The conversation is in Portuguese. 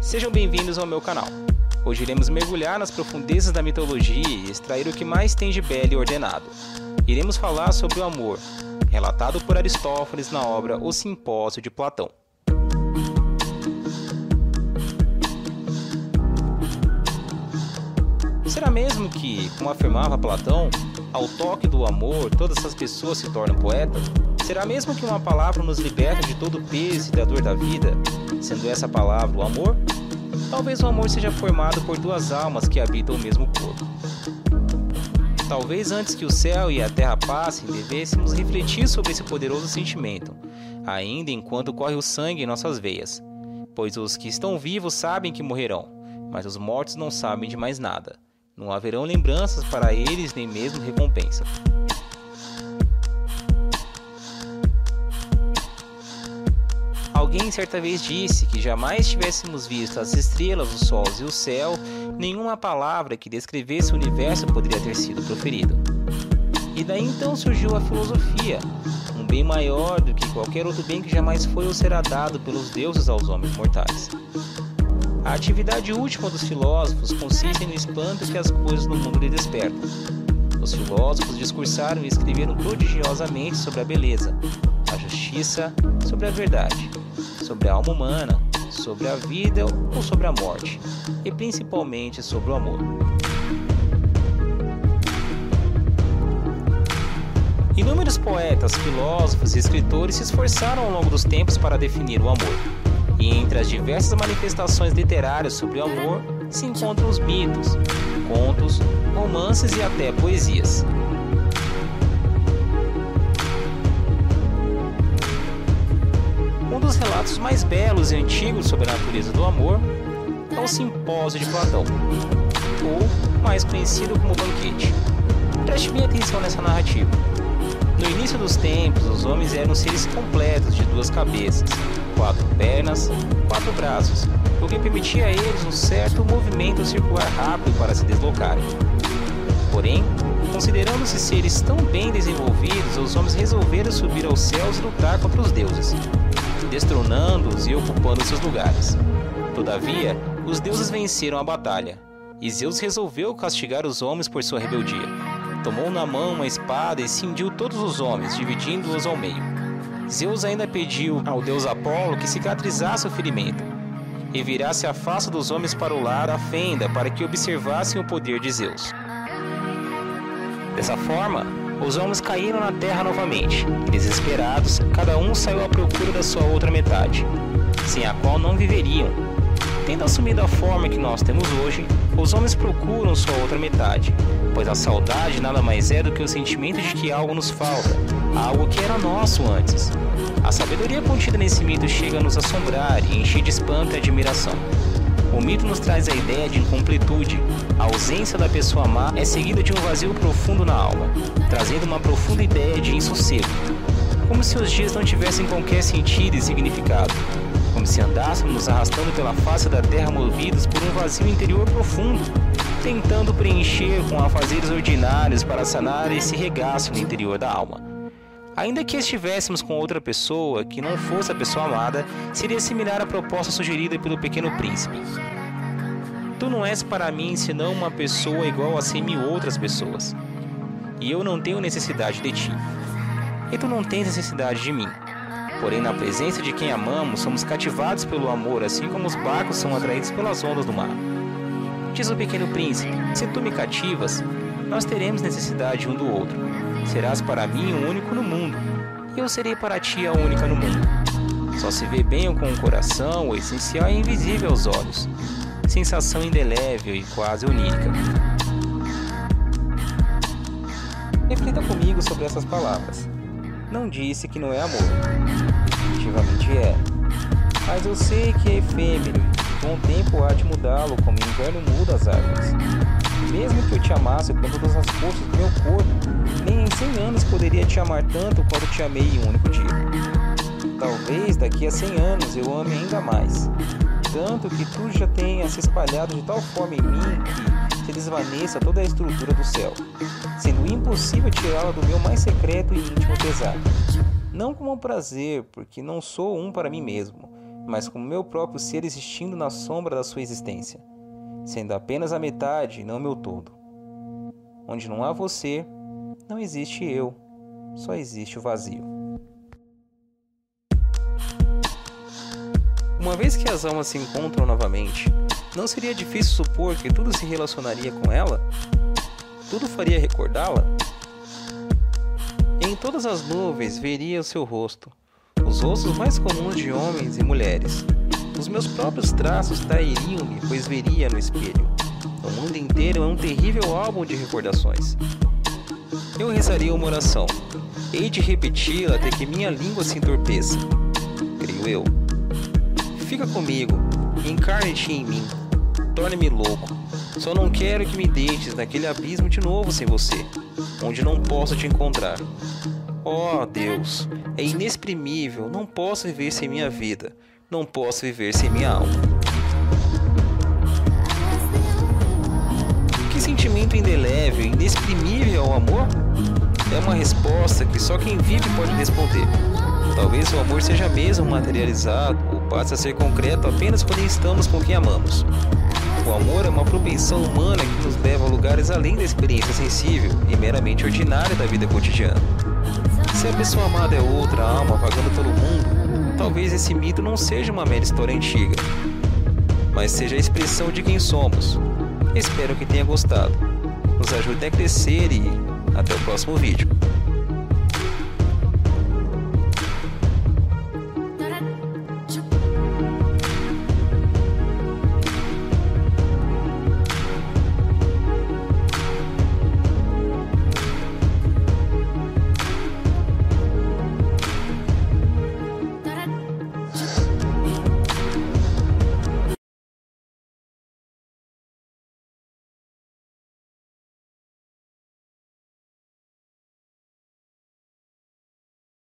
Sejam bem-vindos ao meu canal. Hoje iremos mergulhar nas profundezas da mitologia e extrair o que mais tem de belo e ordenado. Iremos falar sobre o amor, relatado por Aristófanes na obra O Simpósio de Platão. Será mesmo que, como afirmava Platão, ao toque do amor todas as pessoas se tornam poetas? Será mesmo que uma palavra nos liberta de todo o peso e da dor da vida, sendo essa palavra o amor? Talvez o amor seja formado por duas almas que habitam o mesmo corpo. Talvez antes que o céu e a terra passem, devêssemos refletir sobre esse poderoso sentimento, ainda enquanto corre o sangue em nossas veias. Pois os que estão vivos sabem que morrerão, mas os mortos não sabem de mais nada. Não haverão lembranças para eles, nem mesmo recompensa. Alguém certa vez disse que jamais tivéssemos visto as estrelas, os sols e o céu, nenhuma palavra que descrevesse o universo poderia ter sido proferida. E daí então surgiu a filosofia, um bem maior do que qualquer outro bem que jamais foi ou será dado pelos deuses aos homens mortais. A atividade última dos filósofos consiste no espanto que as coisas no mundo lhe despertam. Os filósofos discursaram e escreveram prodigiosamente sobre a beleza, a justiça, sobre a verdade, sobre a alma humana, sobre a vida ou sobre a morte, e principalmente sobre o amor. Inúmeros poetas, filósofos e escritores se esforçaram ao longo dos tempos para definir o amor. E entre as diversas manifestações literárias sobre o amor se encontram os mitos, contos, romances e até poesias. Um dos relatos mais belos e antigos sobre a natureza do amor é o Simpósio de Platão, ou mais conhecido como Banquete. Preste bem atenção nessa narrativa. No início dos tempos, os homens eram seres completos de duas cabeças, 4 pernas, 4 braços, o que permitia a eles um certo movimento circular rápido para se deslocarem. Porém, considerando-se seres tão bem desenvolvidos, os homens resolveram subir aos céus e lutar contra os deuses, destronando-os e ocupando seus lugares. Todavia, os deuses venceram a batalha, e Zeus resolveu castigar os homens por sua rebeldia. Tomou na mão uma espada e cindiu todos os homens, dividindo-os ao meio. Zeus ainda pediu ao deus Apolo que cicatrizasse o ferimento e virasse a face dos homens para o lado da fenda para que observassem o poder de Zeus. Dessa forma, os homens caíram na terra novamente e, desesperados, cada um saiu à procura da sua outra metade, sem a qual não viveriam. Tendo assumido a forma que nós temos hoje, os homens procuram sua outra metade, pois a saudade nada mais é do que o sentimento de que algo nos falta, algo que era nosso antes. A sabedoria contida nesse mito chega a nos assombrar e encher de espanto e admiração. O mito nos traz a ideia de incompletude. A ausência da pessoa amada é seguida de um vazio profundo na alma, trazendo uma profunda ideia de insossego, como se os dias não tivessem qualquer sentido e significado, como se andássemos nos arrastando pela face da terra movidos por um vazio interior profundo, tentando preencher com afazeres ordinários para sanar esse regaço no interior da alma. Ainda que estivéssemos com outra pessoa que não fosse a pessoa amada, seria similar à proposta sugerida pelo Pequeno Príncipe. Tu não és para mim senão uma pessoa igual a 100.000 outras pessoas, e eu não tenho necessidade de ti, e tu não tens necessidade de mim. Porém, na presença de quem amamos, somos cativados pelo amor, assim como os barcos são atraídos pelas ondas do mar. Diz o Pequeno Príncipe: se tu me cativas, nós teremos necessidade um do outro. Serás para mim o único no mundo, e eu serei para ti a única no mundo. Só se vê bem com o coração, o essencial é invisível aos olhos. Sensação indelével e quase onírica. Reflita comigo sobre essas palavras. Não disse que não é amor. Definitivamente é. Mas eu sei que é efêmero e com o tempo há de mudá-lo como o inverno muda as árvores. Mesmo que eu te amasse com todas as forças do meu corpo, nem em 100 anos poderia te amar tanto quanto te amei em um único dia. Talvez daqui a 100 anos eu ame ainda mais, tanto que tu já tenha se espalhado de tal forma em mim que se desvaneça toda a estrutura do céu, sendo impossível tirá-la do meu mais secreto e íntimo pesar. Não como um prazer, porque não sou um para mim mesmo, mas como meu próprio ser existindo na sombra da sua existência, sendo apenas a metade e não meu todo. Onde não há você, não existe eu, só existe o vazio. Uma vez que as almas se encontram novamente, não seria difícil supor que tudo se relacionaria com ela? Tudo faria recordá-la? Em todas as nuvens veria o seu rosto, os rostos mais comuns de homens e mulheres. Os meus próprios traços trairiam-me, pois veria no espelho. O mundo inteiro é um terrível álbum de recordações. Eu rezaria uma oração. Hei de repeti-la até que minha língua se entorpeça. Creio eu. Fica comigo, encarne-te em mim. Torne-me louco. Só não quero que me deixes naquele abismo de novo sem você, onde não posso te encontrar. Oh, Deus, é inexprimível, não posso viver sem minha vida, não posso viver sem minha alma. Que sentimento indelével, inexprimível é o amor? É uma resposta que só quem vive pode responder. Talvez o amor seja mesmo materializado ou passe a ser concreto apenas quando estamos com quem amamos. O amor é uma propensão humana que nos leva a lugares além da experiência sensível e meramente ordinária da vida cotidiana. Se a pessoa amada é outra alma vagando pelo mundo, talvez esse mito não seja uma mera história antiga, mas seja a expressão de quem somos. Espero que tenha gostado. Nos ajude a crescer e até o próximo vídeo.